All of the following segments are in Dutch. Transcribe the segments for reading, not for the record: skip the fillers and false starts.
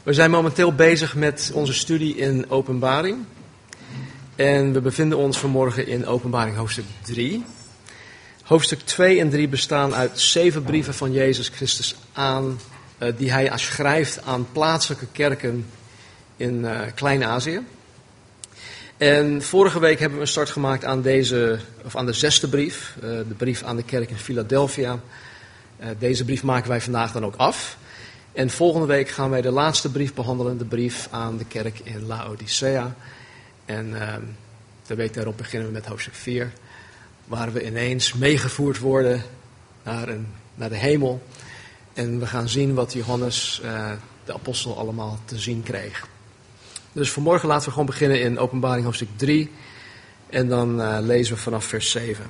We zijn momenteel bezig met onze studie in Openbaring. En we bevinden ons vanmorgen in Openbaring hoofdstuk 3. Hoofdstuk 2 en 3 bestaan uit 7 brieven van Jezus Christus die hij schrijft aan plaatselijke kerken in Klein-Azië. En vorige week hebben we een start gemaakt aan de 6e brief, de brief aan de kerk in Philadelphia. Deze brief maken wij vandaag dan ook af. En volgende week gaan wij de laatste brief behandelen, de brief aan de kerk in Laodicea. En de week daarop beginnen we met hoofdstuk 4, waar we ineens meegevoerd worden naar de hemel. En we gaan zien wat Johannes, de apostel, allemaal te zien kreeg. Dus vanmorgen laten we gewoon beginnen in Openbaring hoofdstuk 3 en dan lezen we vanaf vers 7.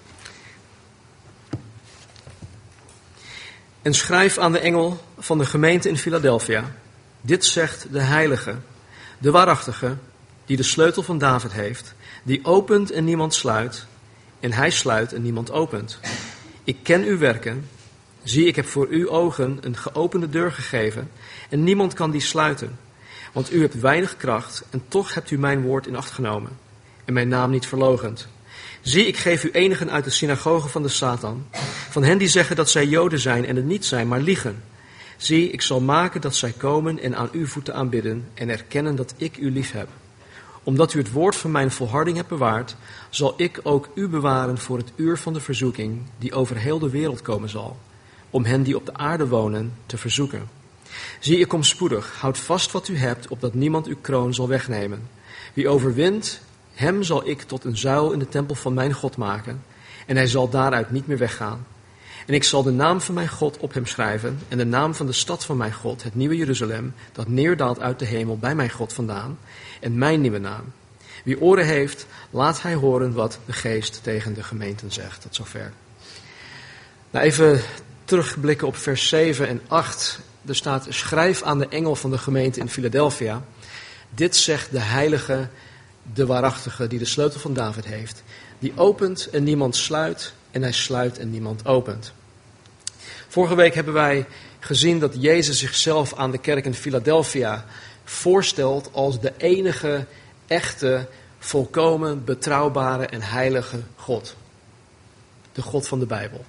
En schrijf aan de engel van de gemeente in Philadelphia: dit zegt de heilige, de waarachtige, die de sleutel van David heeft, die opent en niemand sluit, en hij sluit en niemand opent. Ik ken uw werken. Zie, ik heb voor uw ogen een geopende deur gegeven, en niemand kan die sluiten. Want u hebt weinig kracht, en toch hebt u mijn woord in acht genomen, en mijn naam niet verloochend. Zie, ik geef u enigen uit de synagoge van de Satan, van hen die zeggen dat zij Joden zijn en het niet zijn, maar liegen. Zie, ik zal maken dat zij komen en aan uw voeten aanbidden en erkennen dat ik u lief heb. Omdat u het woord van mijn volharding hebt bewaard, zal ik ook u bewaren voor het uur van de verzoeking die over heel de wereld komen zal, om hen die op de aarde wonen te verzoeken. Zie, ik kom spoedig, houd vast wat u hebt, opdat niemand uw kroon zal wegnemen. Wie overwint, hem zal ik tot een zuil in de tempel van mijn God maken, en hij zal daaruit niet meer weggaan. En ik zal de naam van mijn God op hem schrijven, en de naam van de stad van mijn God, het nieuwe Jeruzalem, dat neerdaalt uit de hemel bij mijn God vandaan, en mijn nieuwe naam. Wie oren heeft, laat hij horen wat de Geest tegen de gemeenten zegt. Tot zover. Nou, even terugblikken op vers 7 en 8. Er staat: schrijf aan de engel van de gemeente in Philadelphia: dit zegt de heilige, de waarachtige, die de sleutel van David heeft, die opent en niemand sluit, en hij sluit en niemand opent. Vorige week hebben wij gezien dat Jezus zichzelf aan de kerk in Philadelphia voorstelt als de enige, echte, volkomen, betrouwbare en heilige God. De God van de Bijbel.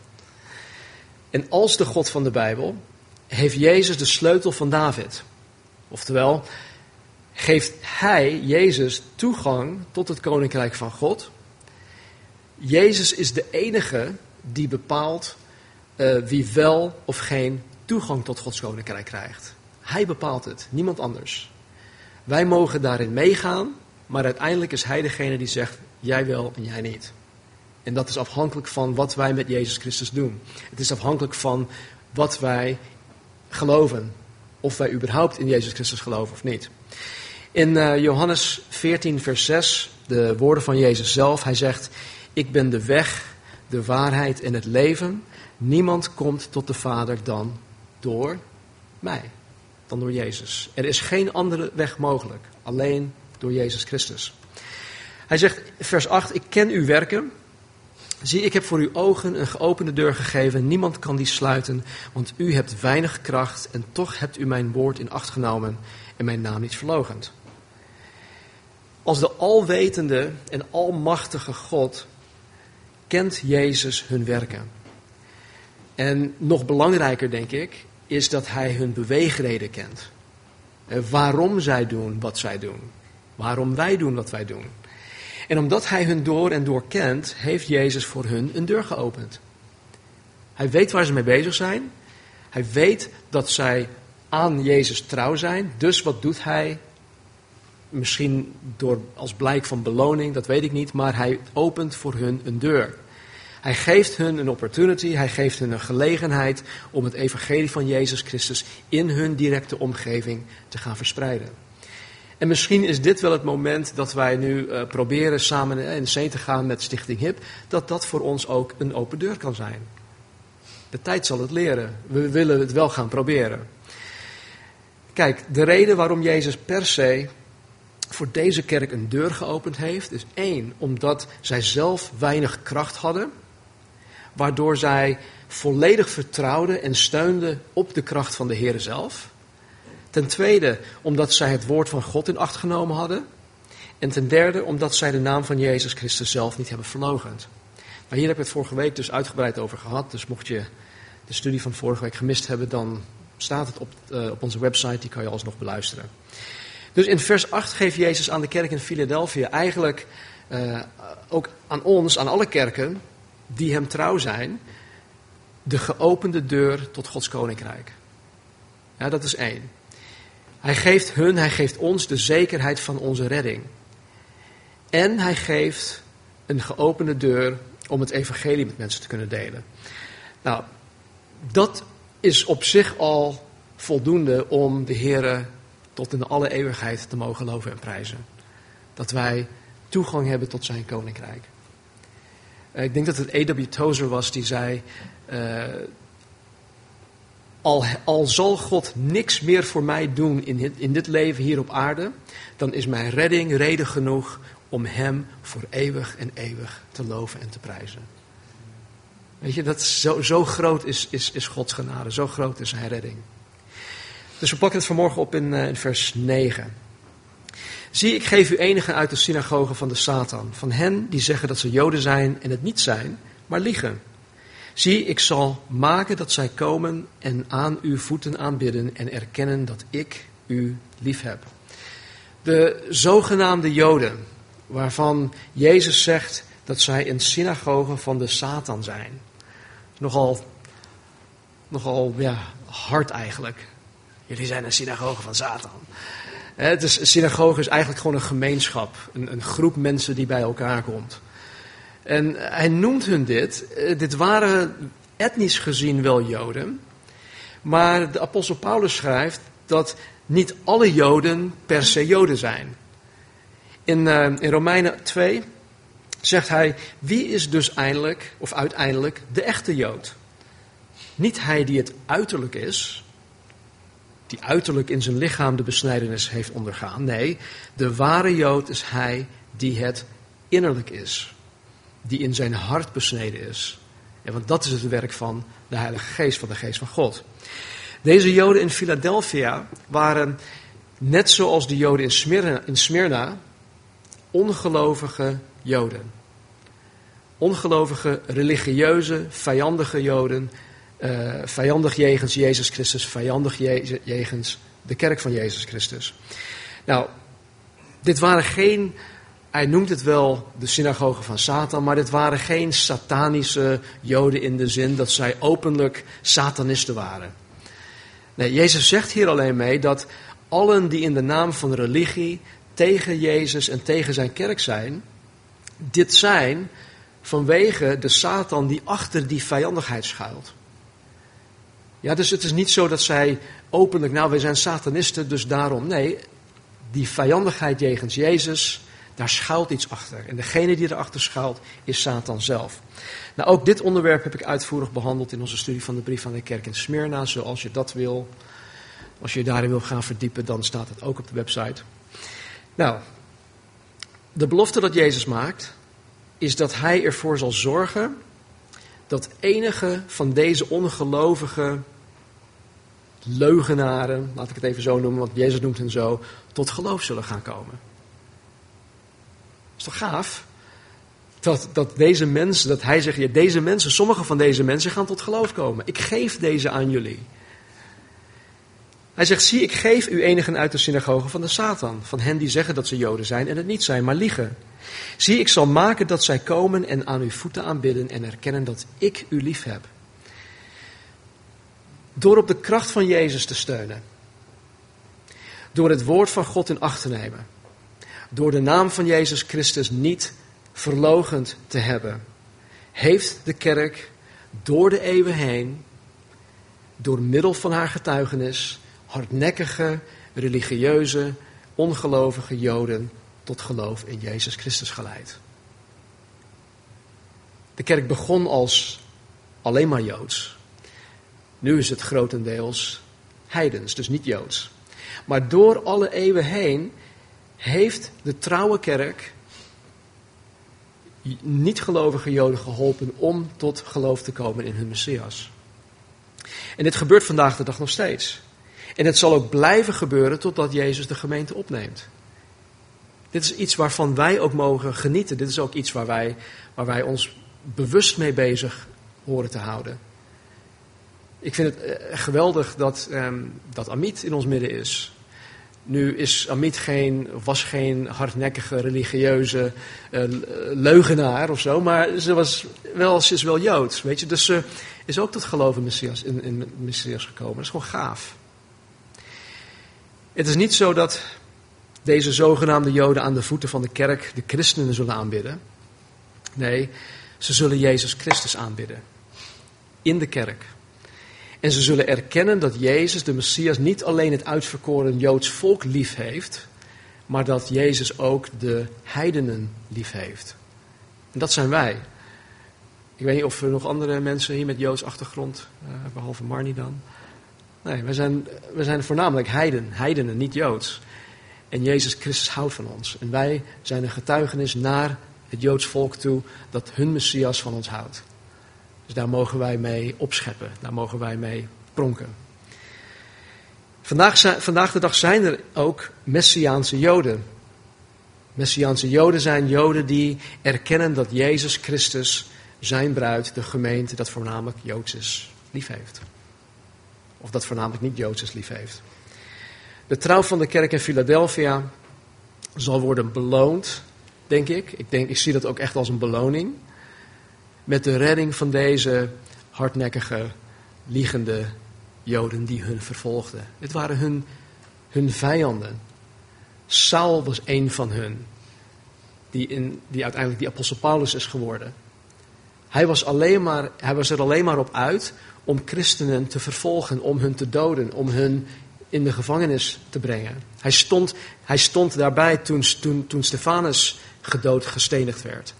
En als de God van de Bijbel heeft Jezus de sleutel van David. Oftewel, geeft hij, Jezus, toegang tot het koninkrijk van God. Jezus is de enige die bepaalt wie wel of geen toegang tot Gods koninkrijk krijgt. Hij bepaalt het, niemand anders. Wij mogen daarin meegaan, maar uiteindelijk is hij degene die zegt: jij wel en jij niet. En dat is afhankelijk van wat wij met Jezus Christus doen. Het is afhankelijk van wat wij geloven. Of wij überhaupt in Jezus Christus geloven of niet. In Johannes 14 vers 6, de woorden van Jezus zelf. Hij zegt: ik ben de weg, de waarheid en het leven. Niemand komt tot de Vader dan door mij. Dan door Jezus. Er is geen andere weg mogelijk. Alleen door Jezus Christus. Hij zegt, vers 8, ik ken uw werken. Zie, ik heb voor uw ogen een geopende deur gegeven. Niemand kan die sluiten, want u hebt weinig kracht en toch hebt u mijn woord in acht genomen en mijn naam niet verloochend. Als de alwetende en almachtige God kent Jezus hun werken. En nog belangrijker, denk ik, is dat hij hun beweegreden kent. Waarom zij doen wat zij doen. Waarom wij doen wat wij doen. En omdat hij hun door en door kent, heeft Jezus voor hun een deur geopend. Hij weet waar ze mee bezig zijn. Hij weet dat zij aan Jezus trouw zijn. Dus wat doet hij? Misschien als blijk van beloning, dat weet ik niet. Maar hij opent voor hun een deur. Hij geeft hun een opportunity, hij geeft hun een gelegenheid om het evangelie van Jezus Christus in hun directe omgeving te gaan verspreiden. En misschien is dit wel het moment dat wij nu proberen samen in zee te gaan met Stichting HIP, dat dat voor ons ook een open deur kan zijn. De tijd zal het leren. We willen het wel gaan proberen. Kijk, de reden waarom Jezus per se voor deze kerk een deur geopend heeft, is 1, omdat zij zelf weinig kracht hadden, waardoor zij volledig vertrouwden en steunden op de kracht van de Heer zelf. Ten tweede, omdat zij het woord van God in acht genomen hadden. En ten derde, omdat zij de naam van Jezus Christus zelf niet hebben verloochend. Maar hier heb ik het vorige week dus uitgebreid over gehad. Dus mocht je de studie van vorige week gemist hebben, dan staat het op onze website. Die kan je alsnog beluisteren. Dus in vers 8 geeft Jezus aan de kerk in Philadelphia eigenlijk ook aan ons, aan alle kerken die hem trouw zijn, de geopende deur tot Gods koninkrijk. Ja, dat is 1. Hij geeft ons de zekerheid van onze redding. En hij geeft een geopende deur om het evangelie met mensen te kunnen delen. Nou, dat is op zich al voldoende om de Heere tot in alle eeuwigheid te mogen loven en prijzen. Dat wij toegang hebben tot zijn koninkrijk. Ik denk dat het A.W. Tozer was die zei, al zal God niks meer voor mij doen in dit leven hier op aarde, dan is mijn redding reden genoeg om hem voor eeuwig en eeuwig te loven en te prijzen. Weet je, dat zo groot is Gods genade, zo groot is zijn redding. Dus we pakken het vanmorgen op in vers 9. Zie, ik geef u enigen uit de synagogen van de Satan, van hen die zeggen dat ze Joden zijn en het niet zijn, maar liegen. Zie, ik zal maken dat zij komen en aan uw voeten aanbidden en erkennen dat ik u lief heb. De zogenaamde Joden, waarvan Jezus zegt dat zij een synagoge van de Satan zijn. Nogal hard eigenlijk. Jullie zijn een synagoge van Satan. Een synagoge is eigenlijk gewoon een gemeenschap. Een groep mensen die bij elkaar komt. En hij noemt hun dit. Dit waren etnisch gezien wel Joden. Maar de apostel Paulus schrijft dat niet alle Joden per se Joden zijn. In Romeinen 2 zegt hij, wie is dus uiteindelijk de echte Jood? Niet hij die het uiterlijk is, die uiterlijk in zijn lichaam de besnijdenis heeft ondergaan. Nee, de ware Jood is hij die het innerlijk is. Die in zijn hart besneden is. Ja, want dat is het werk van de Heilige Geest, van de Geest van God. Deze Joden in Philadelphia waren, net zoals de Joden in Smyrna, ongelovige Joden. Ongelovige, religieuze, vijandige Joden. Vijandig jegens Jezus Christus, vijandig jegens de kerk van Jezus Christus. Nou, dit waren geen, hij noemt het wel de synagoge van Satan, maar dit waren geen satanische Joden in de zin dat zij openlijk satanisten waren. Nee, Jezus zegt hier alleen mee dat allen die in de naam van religie tegen Jezus en tegen zijn kerk zijn, dit zijn vanwege de Satan die achter die vijandigheid schuilt. Ja, dus het is niet zo dat zij openlijk, wij zijn satanisten, dus daarom. Nee, die vijandigheid jegens Jezus, daar schuilt iets achter. En degene die erachter schuilt, is Satan zelf. Nou, ook dit onderwerp heb ik uitvoerig behandeld in onze studie van de brief aan de kerk in Smyrna. Zoals je dat wil, als je daarin wil gaan verdiepen, dan staat het ook op de website. Nou, de belofte dat Jezus maakt, is dat hij ervoor zal zorgen dat enige van deze ongelovige leugenaren, laat ik het even zo noemen, want Jezus noemt hen zo, tot geloof zullen gaan komen. Is toch gaaf? Dat deze mensen, dat hij zegt, ja, deze mensen, sommige van deze mensen gaan tot geloof komen. Ik geef deze aan jullie. Hij zegt, zie, ik geef u enigen uit de synagogen van de Satan, van hen die zeggen dat ze Joden zijn en het niet zijn, maar liegen. Zie, ik zal maken dat zij komen en aan uw voeten aanbidden en erkennen dat ik u lief heb. Door op de kracht van Jezus te steunen. Door het woord van God in acht te nemen. Door de naam van Jezus Christus niet verloochend te hebben. Heeft de kerk door de eeuwen heen, door middel van haar getuigenis, hardnekkige, religieuze, ongelovige Joden tot geloof in Jezus Christus geleid. De kerk begon als alleen maar Joods. Nu is het grotendeels heidens, dus niet Joods. Maar door alle eeuwen heen heeft de trouwe kerk niet-gelovige Joden geholpen om tot geloof te komen in hun Messias. En dit gebeurt vandaag de dag nog steeds. En het zal ook blijven gebeuren totdat Jezus de gemeente opneemt. Dit is iets waarvan wij ook mogen genieten. Dit is ook iets waar wij ons bewust mee bezig horen te houden. Ik vind het geweldig dat Amit in ons midden is. Nu is Amit was geen hardnekkige religieuze leugenaar of zo, maar ze is wel Joods, weet je. Dus ze is ook tot geloof in Messias gekomen. Dat is gewoon gaaf. Het is niet zo dat deze zogenaamde Joden aan de voeten van de kerk de christenen zullen aanbidden. Nee, ze zullen Jezus Christus aanbidden. In de kerk. En ze zullen erkennen dat Jezus, de Messias, niet alleen het uitverkoren Joods volk lief heeft, maar dat Jezus ook de heidenen lief heeft. En dat zijn wij. Ik weet niet of er nog andere mensen hier met Joods achtergrond, behalve Marnie dan. Nee, wij zijn voornamelijk heidenen, niet Joods. En Jezus Christus houdt van ons. En wij zijn een getuigenis naar het Joods volk toe dat hun Messias van ons houdt. Dus daar mogen wij mee opscheppen. Daar mogen wij mee pronken. Vandaag de dag zijn er ook Messiaanse Joden. Messiaanse Joden zijn Joden die erkennen dat Jezus Christus zijn bruid, de gemeente, dat voornamelijk Joods is, lief heeft. Of dat voornamelijk niet Joods is, lief heeft. De trouw van de kerk in Philadelphia zal worden beloond, denk ik. Ik zie dat ook echt als een beloning. Met de redding van deze hardnekkige, liegende Joden die hun vervolgden. Het waren hun vijanden. Saul was een van hun. Die uiteindelijk die apostel Paulus is geworden. Hij was er alleen maar op uit om christenen te vervolgen, om hun te doden, om hun in de gevangenis te brengen. Hij stond daarbij toen Stefanus gestenigd werd.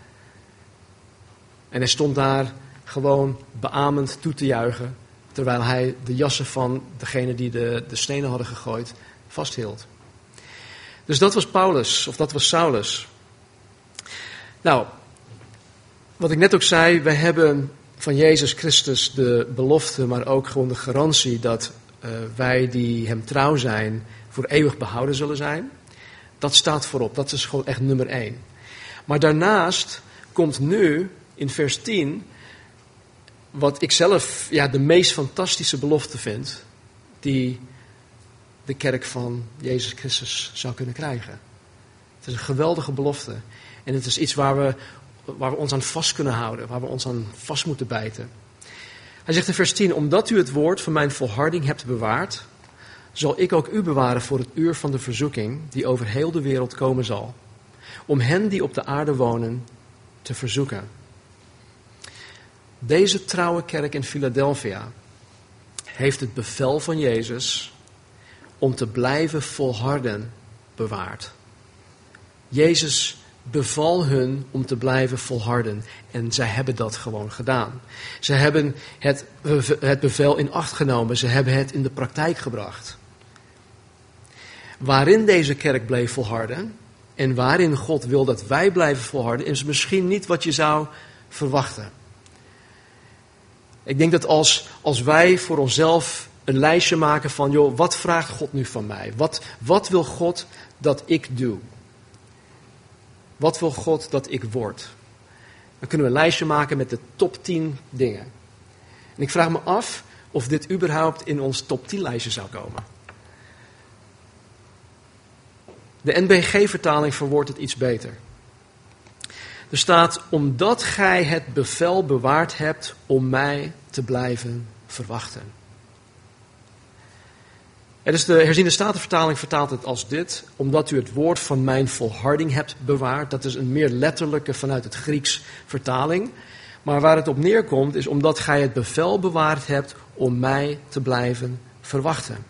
En hij stond daar gewoon beamend toe te juichen, terwijl hij de jassen van degene die de stenen hadden gegooid vasthield. Dus dat was Paulus, of dat was Saulus. Nou, wat ik net ook zei, we hebben van Jezus Christus de belofte, maar ook gewoon de garantie dat wij die hem trouw zijn, voor eeuwig behouden zullen zijn. Dat staat voorop, dat is gewoon echt nummer 1. Maar daarnaast komt nu in vers 10, wat ik zelf de meest fantastische belofte vind, die de kerk van Jezus Christus zou kunnen krijgen. Het is een geweldige belofte. En het is iets waar we ons aan vast kunnen houden, waar we ons aan vast moeten bijten. Hij zegt in vers 10, omdat u het woord van mijn volharding hebt bewaard, zal ik ook u bewaren voor het uur van de verzoeking die over heel de wereld komen zal, om hen die op de aarde wonen te verzoeken. Deze trouwe kerk in Philadelphia heeft het bevel van Jezus om te blijven volharden bewaard. Jezus beval hun om te blijven volharden. En zij hebben dat gewoon gedaan. Ze hebben het bevel in acht genomen. Ze hebben het in de praktijk gebracht. Waarin deze kerk bleef volharden en waarin God wil dat wij blijven volharden, is misschien niet wat je zou verwachten. Ik denk dat als wij voor onszelf een lijstje maken van, joh, wat vraagt God nu van mij? Wat wil God dat ik doe? Wat wil God dat ik word? Dan kunnen we een lijstje maken met de top 10 dingen. En ik vraag me af of dit überhaupt in ons top 10 lijstje zou komen. De NBG-vertaling verwoordt het iets beter. Er staat, omdat gij het bevel bewaard hebt om mij te blijven verwachten. Dus de herziende statenvertaling vertaalt het als dit, omdat u het woord van mijn volharding hebt bewaard. Dat is een meer letterlijke vanuit het Grieks vertaling. Maar waar het op neerkomt is omdat gij het bevel bewaard hebt om mij te blijven verwachten.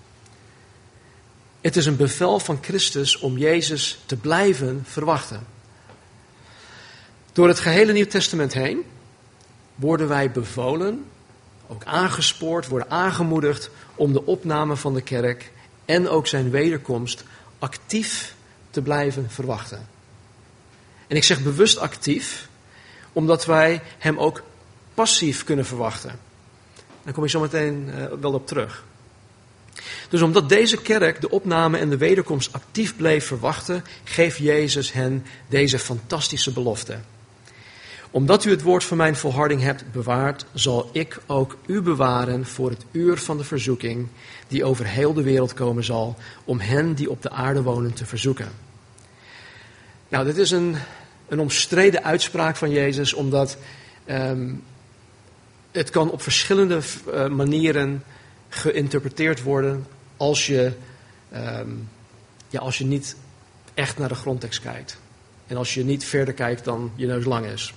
Het is een bevel van Christus om Jezus te blijven verwachten. Door het gehele Nieuw Testament heen worden wij bevolen, ook aangespoord, worden aangemoedigd om de opname van de kerk en ook zijn wederkomst actief te blijven verwachten. En ik zeg bewust actief, omdat wij hem ook passief kunnen verwachten. Daar kom ik zo meteen wel op terug. Dus omdat deze kerk de opname en de wederkomst actief bleef verwachten, geeft Jezus hen deze fantastische belofte. Omdat u het woord van mijn volharding hebt bewaard, zal ik ook u bewaren voor het uur van de verzoeking, die over heel de wereld komen zal, om hen die op de aarde wonen te verzoeken. Nou, dit is een omstreden uitspraak van Jezus, omdat het kan op verschillende manieren geïnterpreteerd worden als je niet echt naar de grondtekst kijkt. En als je niet verder kijkt dan je neus lang is.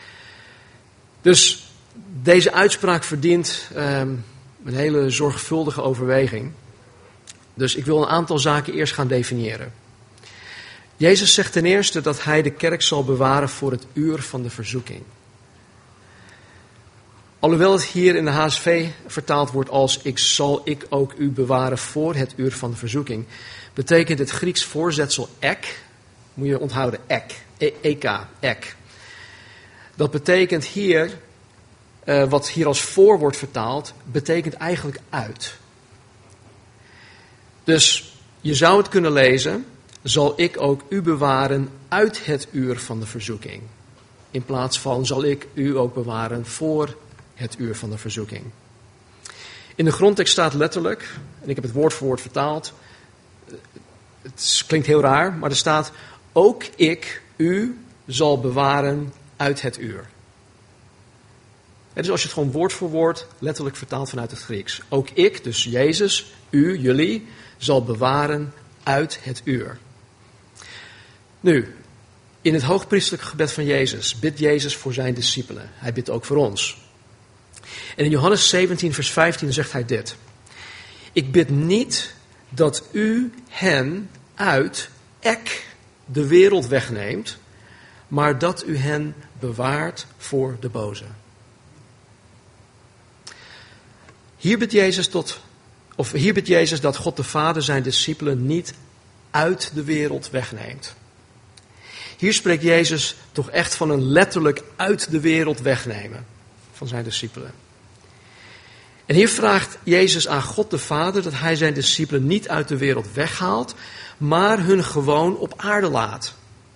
Dus deze uitspraak verdient een hele zorgvuldige overweging. Dus ik wil een aantal zaken eerst gaan definiëren. Jezus zegt ten eerste dat hij de kerk zal bewaren voor het uur van de verzoeking. Alhoewel het hier in de HSV vertaald wordt als ik ook u bewaren voor het uur van de verzoeking, betekent het Grieks voorzetsel ek, moet je onthouden, ek. Dat betekent hier, wat hier als voor wordt vertaald, betekent eigenlijk uit. Dus je zou het kunnen lezen, zal ik ook u bewaren uit het uur van de verzoeking. In plaats van zal ik u ook bewaren voor het uur van de verzoeking. In de grondtekst staat letterlijk, en ik heb het woord voor woord vertaald, het klinkt heel raar, maar er staat, ook ik u zal bewaren uit het uur. Dus als je het gewoon woord voor woord letterlijk vertaalt vanuit het Grieks. Ook ik, dus Jezus, u, jullie, zal bewaren uit het uur. Nu, in het hoogpriestelijke gebed van Jezus bidt Jezus voor zijn discipelen. Hij bidt ook voor ons. En in Johannes 17 vers 15 zegt hij dit. Ik bid niet dat u hen uit de wereld wegneemt, maar dat u hen bewaart voor de boze. Hier bidt Jezus dat God de Vader zijn discipelen niet uit de wereld wegneemt. Hier spreekt Jezus toch echt van een letterlijk uit de wereld wegnemen van zijn discipelen. En hier vraagt Jezus aan God de Vader dat hij zijn discipelen niet uit de wereld weghaalt, maar hun gewoon op aarde laat.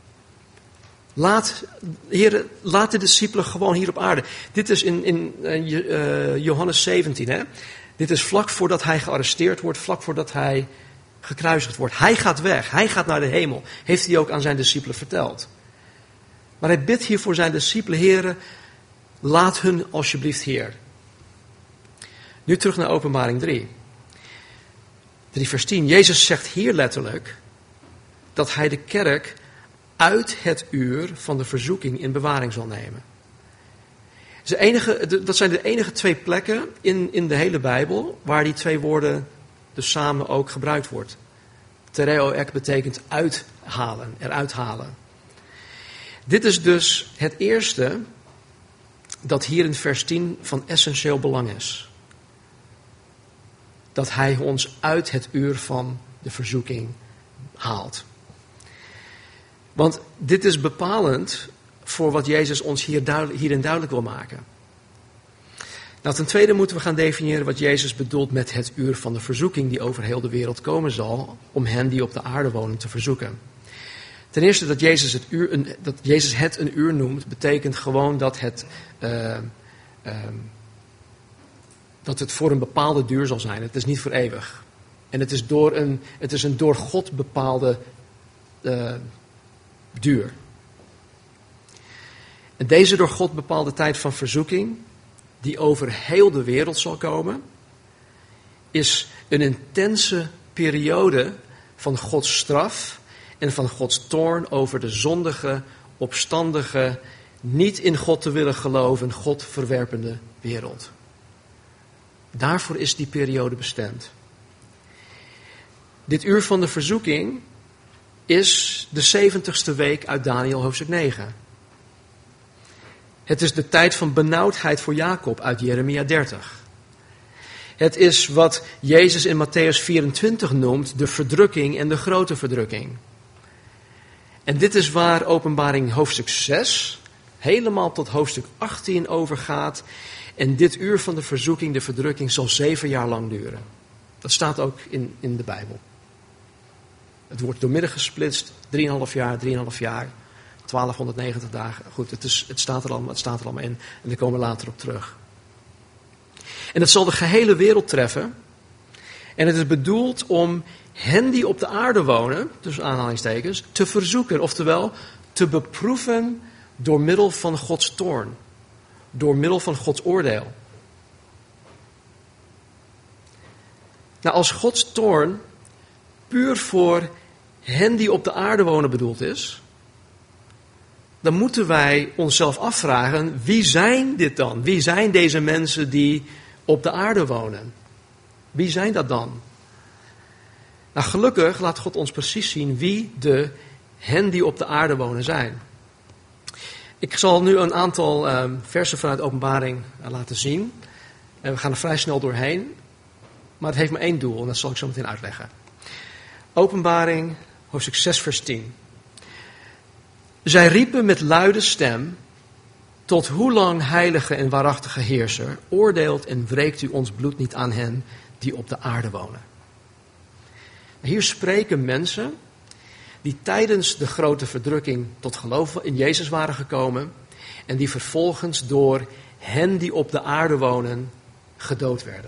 Laat de discipelen gewoon hier op aarde. Dit is in Johannes 17. Hè? Dit is vlak voordat hij gearresteerd wordt, vlak voordat hij gekruisigd wordt. Hij gaat weg, hij gaat naar de hemel. Heeft hij ook aan zijn discipelen verteld. Maar hij bidt hier voor zijn discipelen, heren, laat hun alsjeblieft Heer. Nu terug naar Openbaring 3 vers 10. Jezus zegt hier letterlijk dat hij de kerk uit het uur van de verzoeking in bewaring zal nemen. Dat zijn de enige twee plekken in de hele Bijbel waar die twee woorden dus samen ook gebruikt wordt. Tereo ek betekent uithalen, eruit halen. Dit is dus het eerste dat hier in vers 10 van essentieel belang is. Dat hij ons uit het uur van de verzoeking haalt. Want dit is bepalend voor wat Jezus ons hierin duidelijk wil maken. Nou, ten tweede moeten we gaan definiëren wat Jezus bedoelt met het uur van de verzoeking die over heel de wereld komen zal, om hen die op de aarde wonen te verzoeken. Ten eerste dat Jezus het een uur noemt, betekent gewoon dat het voor een bepaalde duur zal zijn. Het is niet voor eeuwig. En het is een door God bepaalde duur. En deze door God bepaalde tijd van verzoeking, die over heel de wereld zal komen, is een intense periode van Gods straf en van Gods toorn over de zondige, opstandige, niet in God te willen geloven, God verwerpende wereld. Daarvoor is die periode bestemd. Dit uur van de verzoeking is de 70ste week uit Daniël hoofdstuk 9. Het is de tijd van benauwdheid voor Jacob uit Jeremia 30. Het is wat Jezus in Matthäus 24 noemt de verdrukking en de grote verdrukking. En dit is waar Openbaring hoofdstuk 6 helemaal tot hoofdstuk 18 over gaat. En dit uur van de verzoeking, de verdrukking, zal 7 jaar lang duren. Dat staat ook in de Bijbel. Het wordt doormidden gesplitst, 3,5 jaar, 3,5 jaar, 1290 dagen. Goed, het staat er allemaal in en daar komen we later op terug. En het zal de gehele wereld treffen. En het is bedoeld om hen die op de aarde wonen, tussen aanhalingstekens, te verzoeken. Oftewel, te beproeven door middel van Gods toorn. Door middel van Gods oordeel. Nou, als Gods toorn puur voor hen die op de aarde wonen bedoeld is, dan moeten wij onszelf afvragen, wie zijn dit dan? Wie zijn deze mensen die op de aarde wonen? Wie zijn dat dan? Nou, gelukkig laat God ons precies zien wie hen die op de aarde wonen zijn. Ik zal nu een aantal versen vanuit Openbaring laten zien. En we gaan er vrij snel doorheen. Maar het heeft maar één doel en dat zal ik zo meteen uitleggen. Openbaring, hoofdstuk 6, vers 10. Zij riepen met luide stem: tot hoe lang, heilige en waarachtige heerser, oordeelt en wreekt u ons bloed niet aan hen die op de aarde wonen? Hier spreken mensen die tijdens de grote verdrukking tot geloof in Jezus waren gekomen en die vervolgens door hen die op de aarde wonen gedood werden.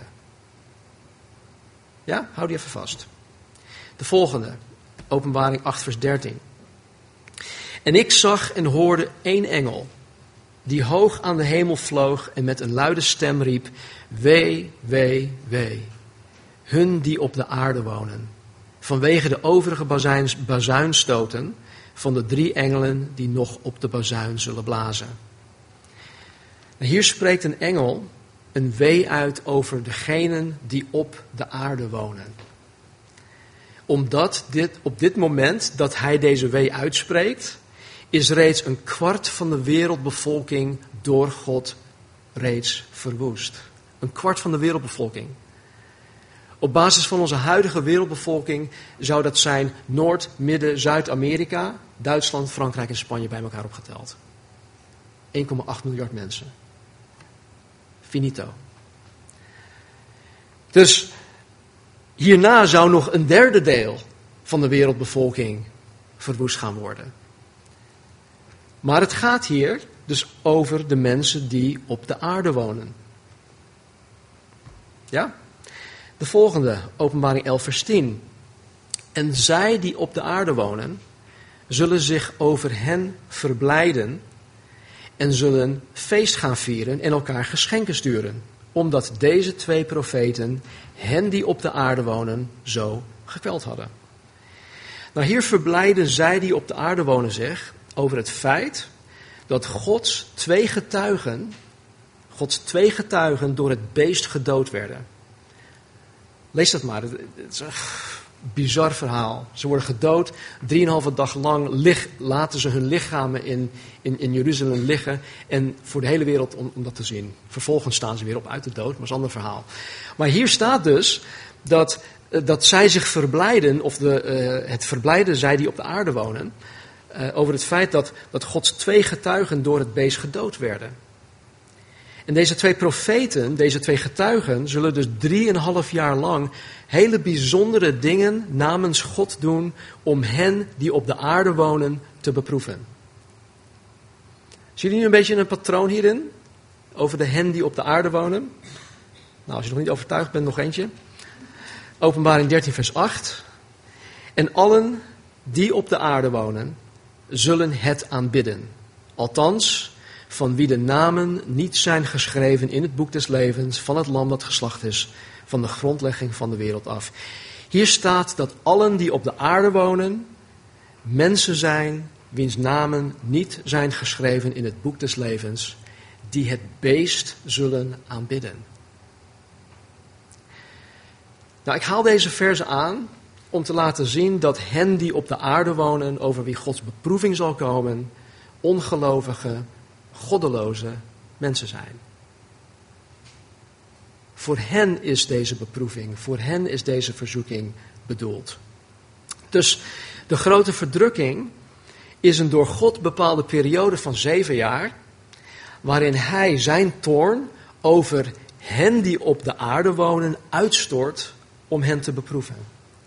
Ja, hou die even vast. De volgende, Openbaring 8 vers 13. En ik zag en hoorde 1 engel die hoog aan de hemel vloog en met een luide stem riep: wee, wee, wee, hun die op de aarde wonen, vanwege de overige bazuinstoten van de 3 engelen die nog op de bazuin zullen blazen. En hier spreekt een engel een wee uit over degenen die op de aarde wonen. Omdat op dit moment dat hij deze wee uitspreekt, is reeds 1/4 van de wereldbevolking door God reeds verwoest. 1/4 van de wereldbevolking. Op basis van onze huidige wereldbevolking zou dat zijn Noord-, Midden-, Zuid-Amerika, Duitsland, Frankrijk en Spanje bij elkaar opgeteld. 1,8 miljard mensen. Finito. Dus hierna zou nog 1/3 deel van de wereldbevolking verwoest gaan worden. Maar het gaat hier dus over de mensen die op de aarde wonen. Ja? De volgende, Openbaring 11 vers 10. En zij die op de aarde wonen, zullen zich over hen verblijden en zullen feest gaan vieren en elkaar geschenken sturen. Omdat deze 2 profeten hen die op de aarde wonen zo gekweld hadden. Nou, hier verblijden zij die op de aarde wonen zich over het feit dat Gods twee getuigen door het beest gedood werden. Lees dat maar, het is een bizar verhaal. Ze worden gedood, 3,5 dag lang laten ze hun lichamen in Jeruzalem liggen en voor de hele wereld om dat te zien. Vervolgens staan ze weer op uit de dood, maar dat is een ander verhaal. Maar hier staat dus dat zij zich verblijden, of het verblijden zij die op de aarde wonen, over het feit dat Gods 2 getuigen door het beest gedood werden. En deze 2 profeten, deze 2 getuigen, zullen dus 3,5 jaar lang hele bijzondere dingen namens God doen om hen die op de aarde wonen te beproeven. Zien jullie nu een beetje een patroon hierin? Over de hen die op de aarde wonen? Nou, als je nog niet overtuigd bent, nog eentje. Openbaring 13 vers 8. En allen die op de aarde wonen, zullen het aanbidden. Althans, van wie de namen niet zijn geschreven in het boek des levens van het lam dat geslacht is, van de grondlegging van de wereld af. Hier staat dat allen die op de aarde wonen, mensen zijn wiens namen niet zijn geschreven in het boek des levens, die het beest zullen aanbidden. Nou, ik haal deze verzen aan om te laten zien dat hen die op de aarde wonen, over wie Gods beproeving zal komen, ongelovige, goddeloze mensen zijn. Voor hen is deze beproeving, voor hen is deze verzoeking bedoeld. Dus de grote verdrukking is een door God bepaalde periode van 7 jaar, waarin hij zijn toorn over hen die op de aarde wonen uitstort om hen te beproeven.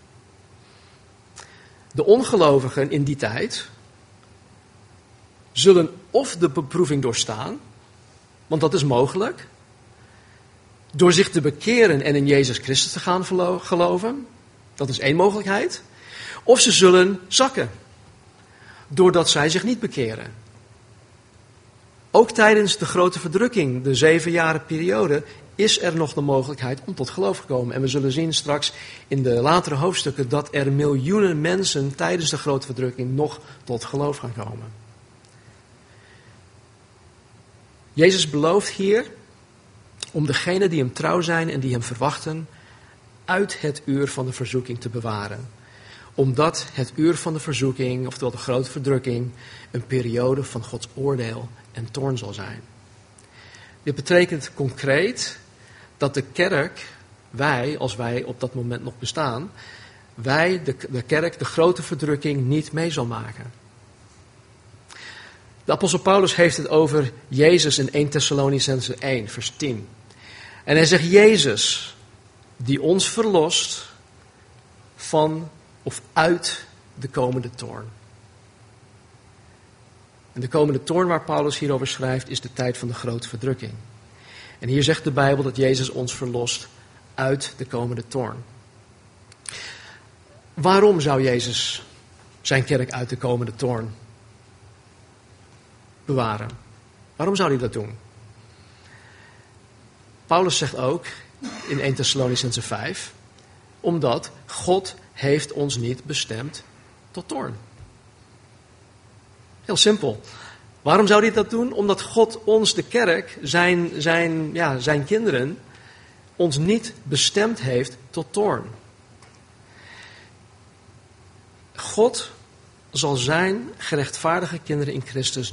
De ongelovigen in die tijd zullen of de beproeving doorstaan, want dat is mogelijk, door zich te bekeren en in Jezus Christus te gaan geloven. Dat is één mogelijkheid. Of ze zullen zakken, doordat zij zich niet bekeren. Ook tijdens de grote verdrukking, de 7-jarige periode, is er nog de mogelijkheid om tot geloof te komen. En we zullen zien straks in de latere hoofdstukken dat er miljoenen mensen tijdens de grote verdrukking nog tot geloof gaan komen. Jezus belooft hier om degenen die hem trouw zijn en die hem verwachten uit het uur van de verzoeking te bewaren. Omdat het uur van de verzoeking, oftewel de grote verdrukking, een periode van Gods oordeel en toorn zal zijn. Dit betekent concreet dat de kerk, wij, als wij op dat moment nog bestaan, wij, de kerk, de grote verdrukking niet mee zal maken. De apostel Paulus heeft het over Jezus in 1 Thessalonicenzen 1, vers 10. En hij zegt, Jezus, die ons verlost van of uit de komende toorn. En de komende toorn waar Paulus hierover schrijft is de tijd van de grote verdrukking. En hier zegt de Bijbel dat Jezus ons verlost uit de komende toorn. Waarom zou Jezus zijn kerk uit de komende toorn bewaren? Waarom zou hij dat doen? Paulus zegt ook in 1 Thessalonicenzen 5, omdat God heeft ons niet bestemd tot toorn. Heel simpel. Waarom zou hij dat doen? Omdat God ons, de kerk, zijn kinderen, ons niet bestemd heeft tot toorn. God zal zijn gerechtvaardige kinderen in Christus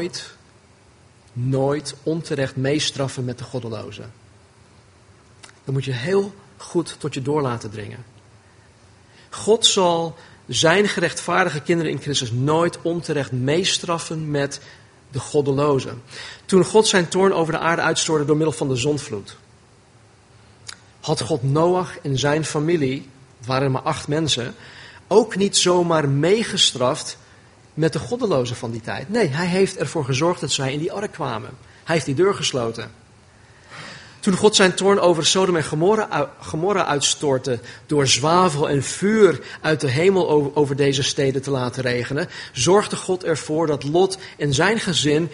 nooit onterecht meestraffen met de goddelozen. Dat moet je heel goed tot je door laten dringen. God zal zijn gerechtvaardige kinderen in Christus nooit onterecht meestraffen met de goddelozen. Toen God zijn toorn over de aarde uitstortte door middel van de zondvloed, had God Noach en zijn familie, het waren er maar 8 mensen, ook niet zomaar meegestraft met de goddelozen van die tijd. Nee, hij heeft ervoor gezorgd dat zij in die ark kwamen. Hij heeft die deur gesloten. Toen God zijn toorn over Sodom en Gomorra uitstortte door zwavel en vuur uit de hemel over deze steden te laten regenen, zorgde God ervoor dat Lot en zijn gezin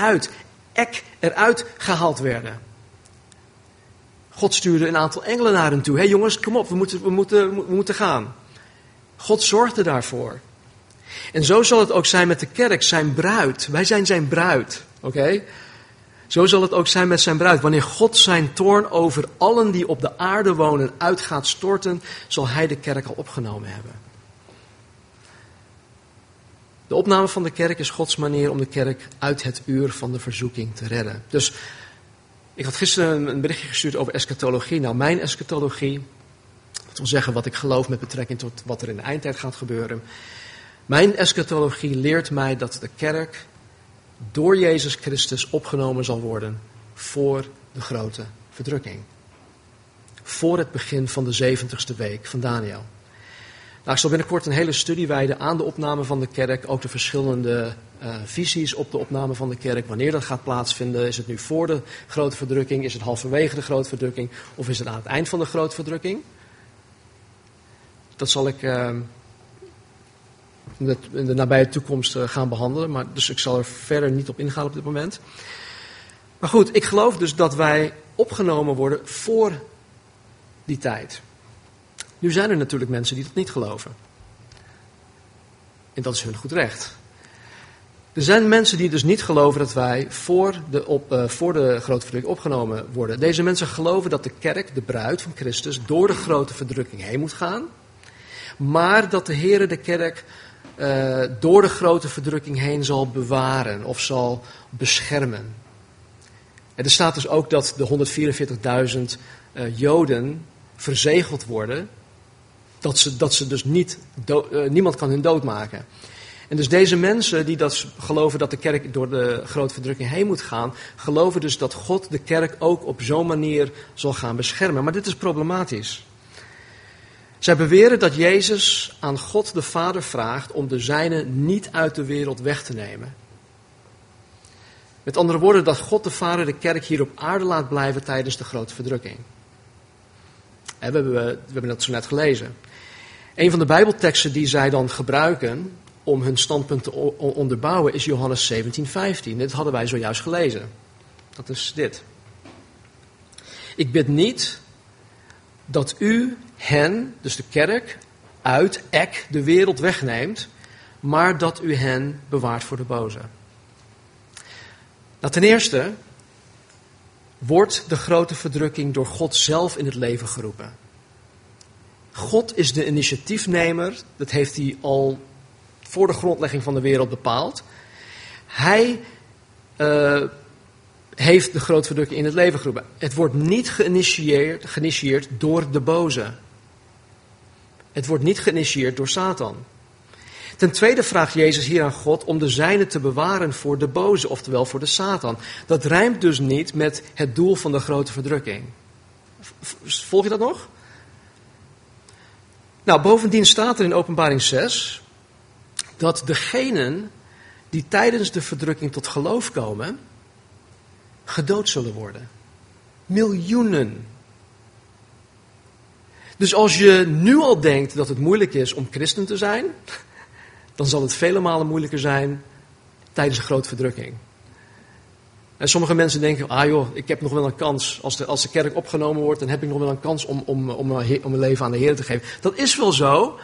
eruit gehaald werden. God stuurde een aantal engelen naar hen toe. Hé jongens, kom op, we moeten gaan. God zorgde daarvoor. En zo zal het ook zijn met de kerk, zijn bruid. Wij zijn zijn bruid, oké? Zo zal het ook zijn met zijn bruid. Wanneer God zijn toorn over allen die op de aarde wonen uit gaat storten, zal hij de kerk al opgenomen hebben. De opname van de kerk is Gods manier om de kerk uit het uur van de verzoeking te redden. Dus ik had gisteren een berichtje gestuurd over eschatologie. Nou, mijn eschatologie, dat wil zeggen wat ik geloof met betrekking tot wat er in de eindtijd gaat gebeuren. Mijn eschatologie leert mij dat de kerk door Jezus Christus opgenomen zal worden voor de grote verdrukking. Voor het begin van de 70ste week van Daniel. Nou, ik zal binnenkort een hele studie wijden aan de opname van de kerk. Ook de verschillende visies op de opname van de kerk. Wanneer dat gaat plaatsvinden. Is het nu voor de grote verdrukking? Is het halverwege de grote verdrukking? Of is het aan het eind van de grote verdrukking? Dat zal ik in de nabije toekomst gaan behandelen. Maar dus ik zal er verder niet op ingaan op dit moment. Maar goed, ik geloof dus dat wij opgenomen worden voor die tijd. Nu zijn er natuurlijk mensen die dat niet geloven. En dat is hun goed recht. Er zijn mensen die dus niet geloven dat wij voor de grote verdrukking opgenomen worden. Deze mensen geloven dat de kerk, de bruid van Christus, door de grote verdrukking heen moet gaan. Maar dat de Heere de kerk door de grote verdrukking heen zal bewaren of zal beschermen. En er staat dus ook dat de 144.000 Joden verzegeld worden. Dat ze dus niemand kan hun doodmaken. En dus deze mensen die dat geloven dat de kerk door de grote verdrukking heen moet gaan, geloven dus dat God de kerk ook op zo'n manier zal gaan beschermen. Maar dit is problematisch. Zij beweren dat Jezus aan God de Vader vraagt om de zijnen niet uit de wereld weg te nemen. Met andere woorden, dat God de Vader de kerk hier op aarde laat blijven tijdens de grote verdrukking. We hebben dat zo net gelezen. Een van de Bijbelteksten die zij dan gebruiken om hun standpunt te onderbouwen is Johannes 17:15. Dit hadden wij zojuist gelezen. Dat is dit. Ik bid niet dat u hen, dus de kerk, uit de wereld wegneemt, maar dat u hen bewaart voor de boze. Nou, ten eerste wordt de grote verdrukking door God zelf in het leven geroepen. God is de initiatiefnemer, dat heeft hij al voor de grondlegging van de wereld bepaald. Hij heeft de grote verdrukking in het leven geroepen. Het wordt niet geïnitieerd door de boze. Het wordt niet geïnitieerd door Satan. Ten tweede vraagt Jezus hier aan God om de zijnen te bewaren voor de boze, oftewel voor de Satan. Dat rijmt dus niet met het doel van de grote verdrukking. Volg je dat nog? Nou, bovendien staat er in Openbaring 6 dat degenen die tijdens de verdrukking tot geloof komen, gedood zullen worden. Miljoenen. Dus als je nu al denkt dat het moeilijk is om christen te zijn, dan zal het vele malen moeilijker zijn tijdens de grote verdrukking. En sommige mensen denken, ik heb nog wel een kans. Als de kerk opgenomen wordt, dan heb ik nog wel een kans om mijn leven aan de Heer te geven. Dat is wel zo,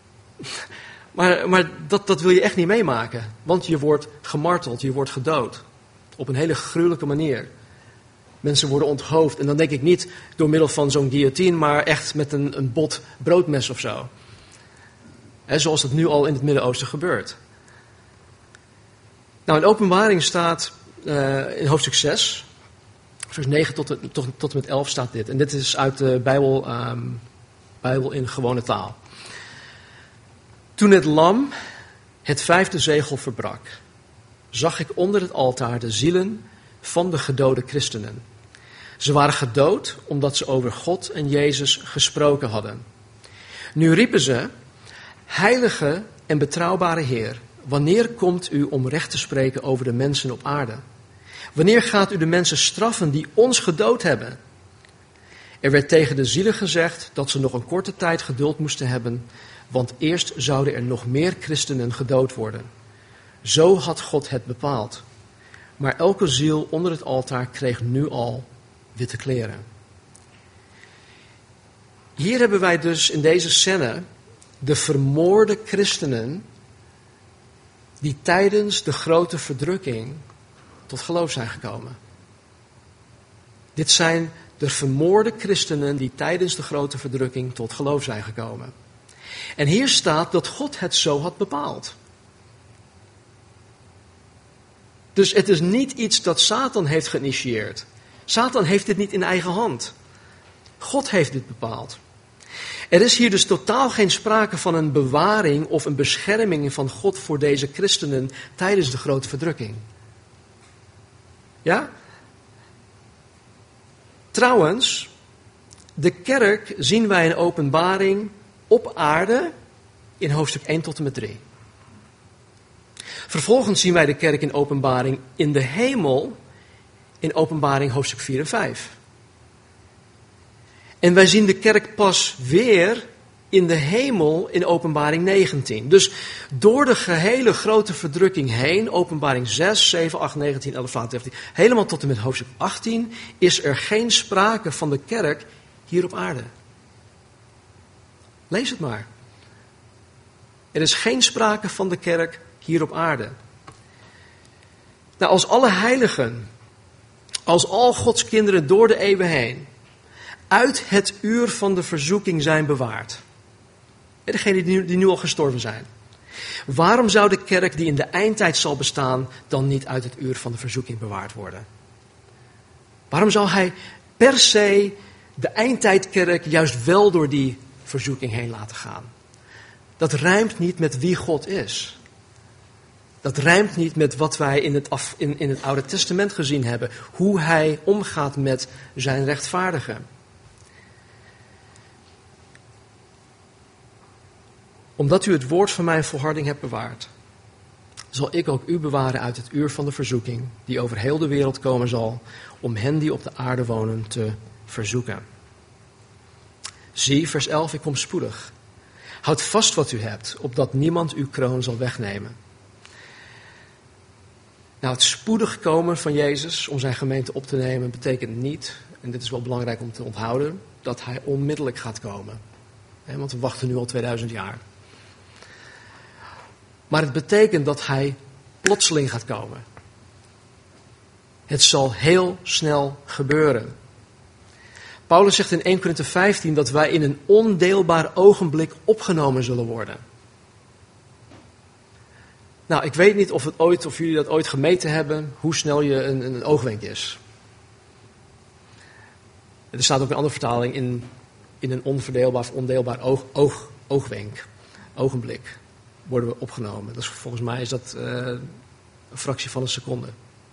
maar dat wil je echt niet meemaken. Want je wordt gemarteld, je wordt gedood. Op een hele gruwelijke manier. Mensen worden onthoofd. En dan denk ik niet door middel van zo'n guillotine, maar echt met een bot broodmes of zo. Zoals dat nu al in het Midden-Oosten gebeurt. Nou, in Openbaring staat in hoofdstuk 6, vers 9 tot en met 11 staat dit. En dit is uit de Bijbel in gewone taal. Toen het lam het 5e zegel verbrak, zag ik onder het altaar de zielen van de gedode christenen. Ze waren gedood omdat ze over God en Jezus gesproken hadden. Nu riepen ze, heilige en betrouwbare Heer, wanneer komt u om recht te spreken over de mensen op aarde? Wanneer gaat u de mensen straffen die ons gedood hebben? Er werd tegen de zielen gezegd dat ze nog een korte tijd geduld moesten hebben, want eerst zouden er nog meer christenen gedood worden. Zo had God het bepaald. Maar elke ziel onder het altaar kreeg nu al witte kleren. Hier hebben wij dus in deze scène de vermoorde christenen die tijdens de grote verdrukking tot geloof zijn gekomen. Dit zijn de vermoorde christenen die tijdens de grote verdrukking tot geloof zijn gekomen. En hier staat dat God het zo had bepaald. Dus het is niet iets dat Satan heeft geïnitieerd. Satan heeft dit niet in eigen hand. God heeft dit bepaald. Er is hier dus totaal geen sprake van een bewaring of een bescherming van God voor deze christenen tijdens de grote verdrukking. Ja? Trouwens, de kerk zien wij in Openbaring op aarde in hoofdstuk 1 tot en met 3. Vervolgens zien wij de kerk in Openbaring in de hemel in Openbaring hoofdstuk 4 en 5. En wij zien de kerk pas weer in de hemel in Openbaring 19. Dus door de gehele grote verdrukking heen, Openbaring 6, 7, 8, 19, 11, 12, 13, helemaal tot en met hoofdstuk 18, is er geen sprake van de kerk hier op aarde. Lees het maar. Er is geen sprake van de kerk hier op aarde. Nou, als alle heiligen, als al Gods kinderen door de eeuwen heen, uit het uur van de verzoeking zijn bewaard. Degenen die nu al gestorven zijn. Waarom zou de kerk die in de eindtijd zal bestaan dan niet uit het uur van de verzoeking bewaard worden? Waarom zou hij per se de eindtijdkerk juist wel door die verzoeking heen laten gaan? Dat rijmt niet met wie God is. Dat rijmt niet met wat wij in het Oude Testament gezien hebben. Hoe hij omgaat met zijn rechtvaardigen. Omdat u het woord van mijn volharding hebt bewaard, zal ik ook u bewaren uit het uur van de verzoeking, die over heel de wereld komen zal, om hen die op de aarde wonen te verzoeken. Zie, vers 11, ik kom spoedig. Houd vast wat u hebt, opdat niemand uw kroon zal wegnemen. Nou, het spoedig komen van Jezus om zijn gemeente op te nemen betekent niet, en dit is wel belangrijk om te onthouden, dat hij onmiddellijk gaat komen. Want we wachten nu al 2000 jaar. Maar het betekent dat hij plotseling gaat komen. Het zal heel snel gebeuren. Paulus zegt in 1 Korinthe 15 dat wij in een ondeelbaar ogenblik opgenomen zullen worden. Nou, ik weet niet of jullie dat ooit gemeten hebben, hoe snel je een oogwenk is. Er staat ook een andere vertaling in een onverdeelbaar of ondeelbaar oogwenk. Ogenblik worden we opgenomen. Dus volgens mij is dat een fractie van een seconde.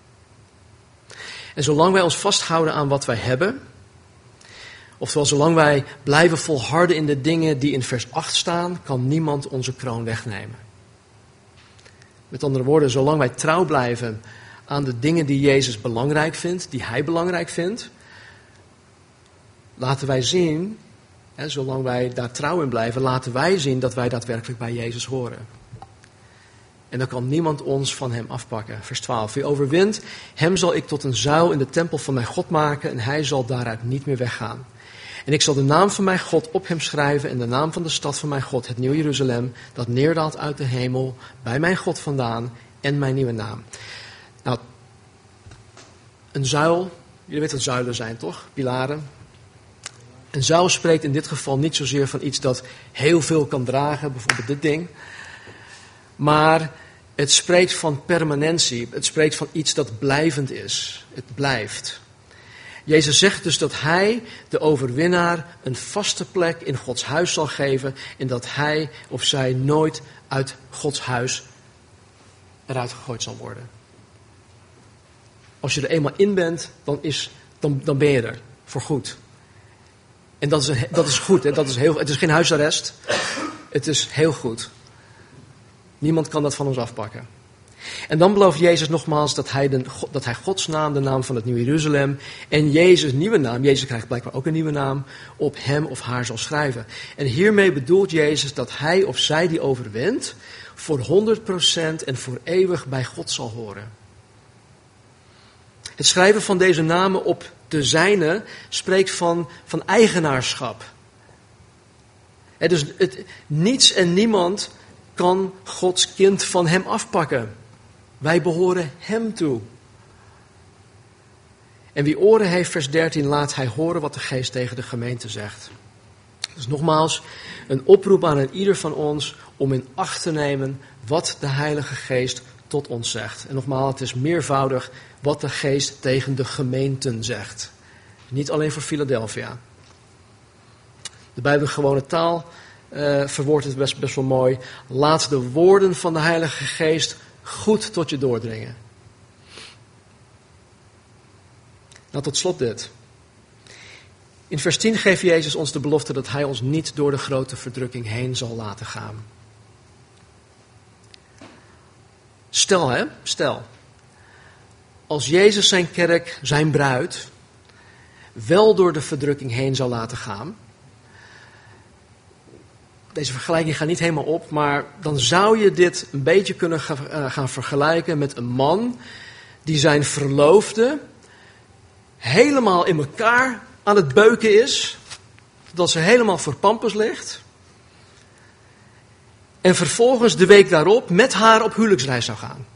En zolang wij ons vasthouden aan wat wij hebben, oftewel zolang wij blijven volharden in de dingen die in vers 8 staan, kan niemand onze kroon wegnemen. Met andere woorden, zolang wij trouw blijven aan de dingen die Jezus belangrijk vindt, die hij belangrijk vindt, laten wij zien, zolang wij daar trouw in blijven, laten wij zien dat wij daadwerkelijk bij Jezus horen. En dan kan niemand ons van hem afpakken. Vers 12. Wie overwint, hem zal ik tot een zuil in de tempel van mijn God maken en hij zal daaruit niet meer weggaan. En ik zal de naam van mijn God op hem schrijven en de naam van de stad van mijn God, het Nieuw Jeruzalem, dat neerdaalt uit de hemel, bij mijn God vandaan en mijn nieuwe naam. Nou, een zuil, jullie weten wat zuilen zijn toch? Pilaren. Een zuil spreekt in dit geval niet zozeer van iets dat heel veel kan dragen, bijvoorbeeld dit ding. Maar het spreekt van permanentie. Het spreekt van iets dat blijvend is. Het blijft. Jezus zegt dus dat hij, de overwinnaar, een vaste plek in Gods huis zal geven. En dat hij of zij nooit uit Gods huis eruit gegooid zal worden. Als je er eenmaal in bent, dan ben je er. Voor goed. En dat is goed. Hè? Het is geen huisarrest. Het is heel goed. Niemand kan dat van ons afpakken. En dan belooft Jezus nogmaals dat hij Gods naam, de naam van het Nieuwe Jeruzalem, en Jezus' nieuwe naam, Jezus krijgt blijkbaar ook een nieuwe naam, op hem of haar zal schrijven. En hiermee bedoelt Jezus dat hij of zij die overwint, voor 100% en voor eeuwig bij God zal horen. Het schrijven van deze namen op de zijne spreekt van eigenaarschap. Dus niets en niemand kan Gods kind van hem afpakken. Wij behoren hem toe. En wie oren heeft, vers 13, laat hij horen wat de Geest tegen de gemeente zegt. Dus nogmaals, een oproep aan ieder van ons om in acht te nemen wat de Heilige Geest tot ons zegt. En nogmaals, het is meervoudig wat de Geest tegen de gemeenten zegt. Niet alleen voor Philadelphia. De bijbelgewone taal verwoordt het best wel mooi. Laat de woorden van de Heilige Geest goed tot je doordringen. Nou, tot slot dit. In vers 10 geeft Jezus ons de belofte dat hij ons niet door de grote verdrukking heen zal laten gaan. Stel. Als Jezus zijn kerk, zijn bruid, wel door de verdrukking heen zou laten gaan. Deze vergelijking gaat niet helemaal op, maar dan zou je dit een beetje kunnen gaan vergelijken met een man die zijn verloofde helemaal in elkaar aan het beuken is, dat ze helemaal voor pampers ligt. En vervolgens de week daarop met haar op huwelijksreis zou gaan.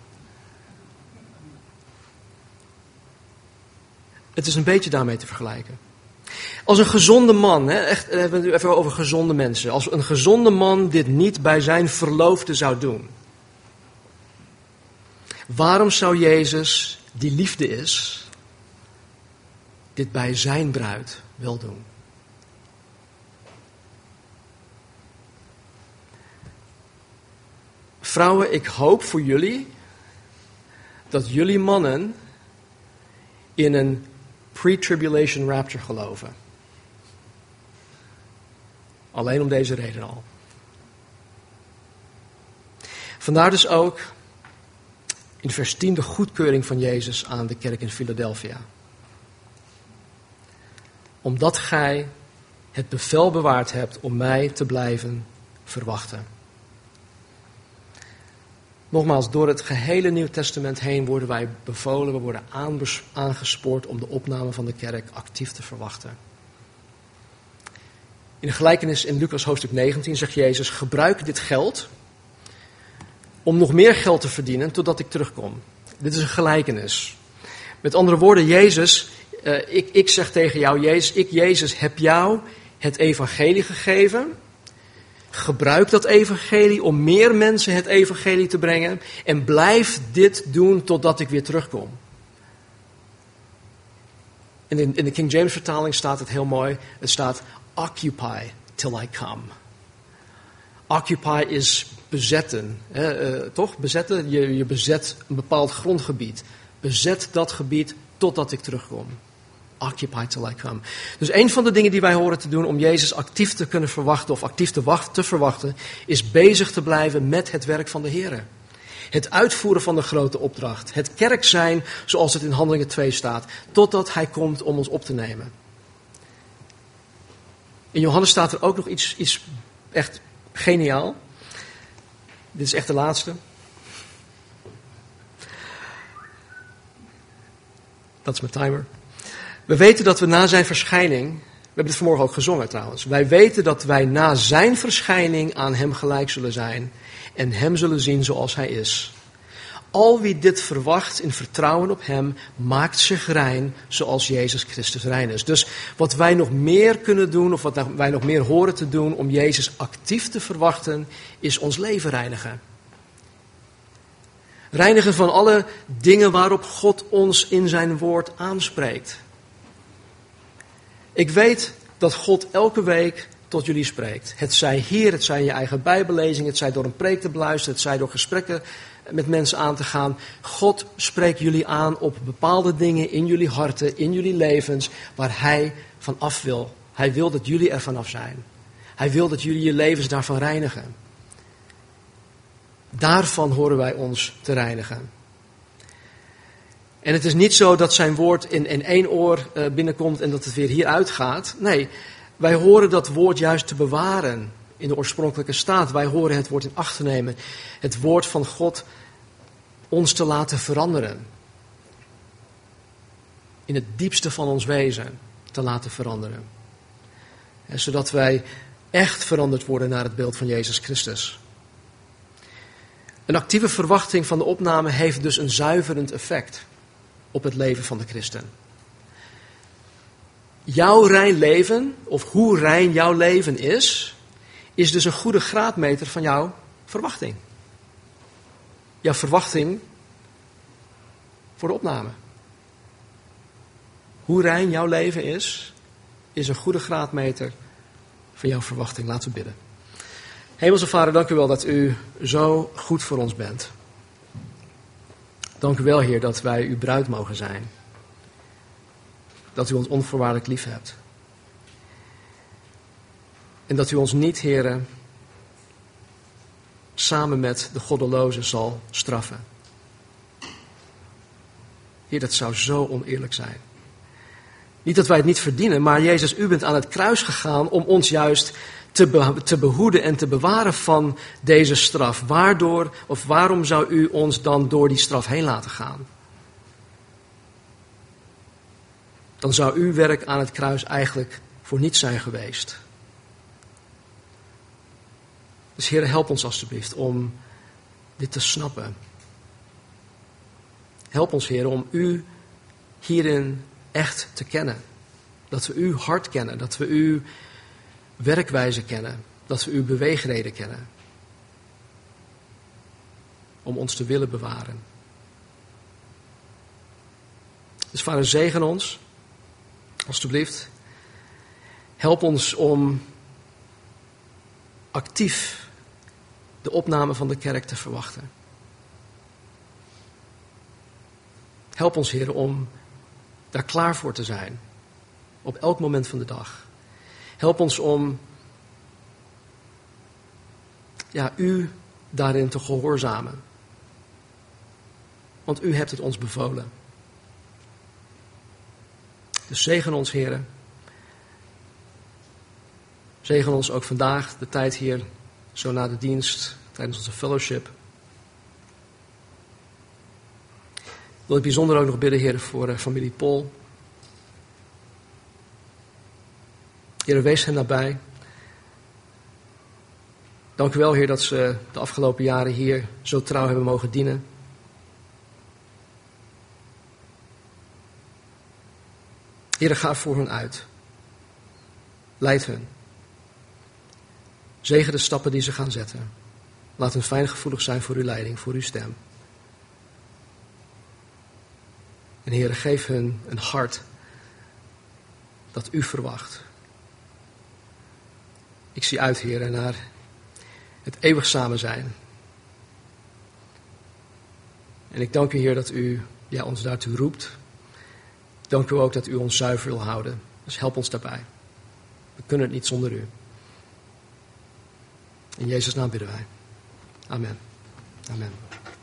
Het is een beetje daarmee te vergelijken. Als een gezonde man, echt, we hebben het nu even over gezonde mensen. Als een gezonde man dit niet bij zijn verloofde zou doen. Waarom zou Jezus, die liefde is, dit bij zijn bruid wel doen? Vrouwen, ik hoop voor jullie dat jullie mannen in een pre-tribulation rapture geloven. Alleen om deze reden al. Vandaar dus ook in vers 10 de goedkeuring van Jezus aan de kerk in Philadelphia. Omdat gij het bevel bewaard hebt om mij te blijven verwachten. Nogmaals, door het gehele Nieuw Testament heen worden wij bevolen, we worden aangespoord om de opname van de kerk actief te verwachten. In de gelijkenis in Lucas hoofdstuk 19 zegt Jezus, gebruik dit geld om nog meer geld te verdienen totdat ik terugkom. Dit is een gelijkenis. Met andere woorden, Jezus, ik zeg tegen jou, Jezus, heb jou het evangelie gegeven. Gebruik dat evangelie om meer mensen het evangelie te brengen. En blijf dit doen totdat ik weer terugkom. In de King James vertaling staat het heel mooi. Het staat, occupy till I come. Occupy is bezetten. Toch? Bezetten, je bezet een bepaald grondgebied. Bezet dat gebied totdat ik terugkom. Occupy till I come. Dus een van de dingen die wij horen te doen om Jezus actief te kunnen verwachten of actief te verwachten, is bezig te blijven met het werk van de Heer. Het uitvoeren van de grote opdracht. Het kerk zijn zoals het in Handelingen 2 staat. Totdat hij komt om ons op te nemen. In Johannes staat er ook nog iets echt geniaal. Dit is echt de laatste. Dat is mijn timer. We weten dat we na zijn verschijning, we hebben dit vanmorgen ook gezongen trouwens. Wij weten dat wij na zijn verschijning aan hem gelijk zullen zijn en hem zullen zien zoals hij is. Al wie dit verwacht in vertrouwen op hem, maakt zich rein zoals Jezus Christus rein is. Dus wat wij nog meer kunnen doen, of wat wij nog meer horen te doen om Jezus actief te verwachten, is ons leven reinigen. Reinigen van alle dingen waarop God ons in zijn woord aanspreekt. Ik weet dat God elke week tot jullie spreekt. Het zij hier, het zij in je eigen bijbellezing, het zij door een preek te beluisteren, het zij door gesprekken met mensen aan te gaan. God spreekt jullie aan op bepaalde dingen in jullie harten, in jullie levens, waar hij van af wil. Hij wil dat jullie er vanaf zijn. Hij wil dat jullie je levens daarvan reinigen. Daarvan horen wij ons te reinigen. En het is niet zo dat zijn woord in één oor binnenkomt en dat het weer hieruit gaat. Nee, wij horen dat woord juist te bewaren in de oorspronkelijke staat. Wij horen het woord in acht te nemen. Het woord van God ons te laten veranderen. In het diepste van ons wezen te laten veranderen. En zodat wij echt veranderd worden naar het beeld van Jezus Christus. Een actieve verwachting van de opname heeft dus een zuiverend effect op het leven van de christen. Jouw rein leven, of hoe rein jouw leven is dus een goede graadmeter van jouw verwachting. Jouw verwachting voor de opname. Hoe rein jouw leven is een goede graadmeter van jouw verwachting. Laten we bidden. Hemelse Vader, dank u wel dat u zo goed voor ons bent. Dank u wel, Heer, dat wij uw bruid mogen zijn. Dat u ons onvoorwaardelijk lief hebt. En dat u ons niet, Heer, samen met de goddelozen zal straffen. Heer, dat zou zo oneerlijk zijn. Niet dat wij het niet verdienen, maar Jezus, u bent aan het kruis gegaan om ons juist te behoeden en te bewaren van deze straf. Waardoor, of waarom zou u ons dan door die straf heen laten gaan? Dan zou uw werk aan het kruis eigenlijk voor niets zijn geweest. Dus Heer, help ons alstublieft om dit te snappen. Help ons, Heer, om u hierin echt te kennen. Dat we uw hart kennen, dat we uw werkwijze kennen, dat we uw beweegreden kennen. Om ons te willen bewaren. Dus Vader, zegen ons, alstublieft. Help ons om actief de opname van de kerk te verwachten. Help ons, Heer, om daar klaar voor te zijn. Op elk moment van de dag. Help ons om u daarin te gehoorzamen. Want u hebt het ons bevolen. Dus zegen ons, Heere. Zegen ons ook vandaag, de tijd hier, zo na de dienst, tijdens onze fellowship. Wil ik bijzonder ook nog bidden, Heer, voor familie Pol. Heer, wees hen nabij. Dank u wel, Heer, dat ze de afgelopen jaren hier zo trouw hebben mogen dienen. Heer, ga voor hen uit. Leid hen. Zegen de stappen die ze gaan zetten. Laat hen fijngevoelig zijn voor uw leiding, voor uw stem. En Heer, geef hun een hart dat u verwacht. Ik zie uit, Heer, naar het eeuwig samen zijn. En ik dank u, Heer, dat u ons daartoe roept. Dank u ook dat u ons zuiver wil houden. Dus help ons daarbij. We kunnen het niet zonder u. In Jezus' naam bidden wij. Amen. Amen.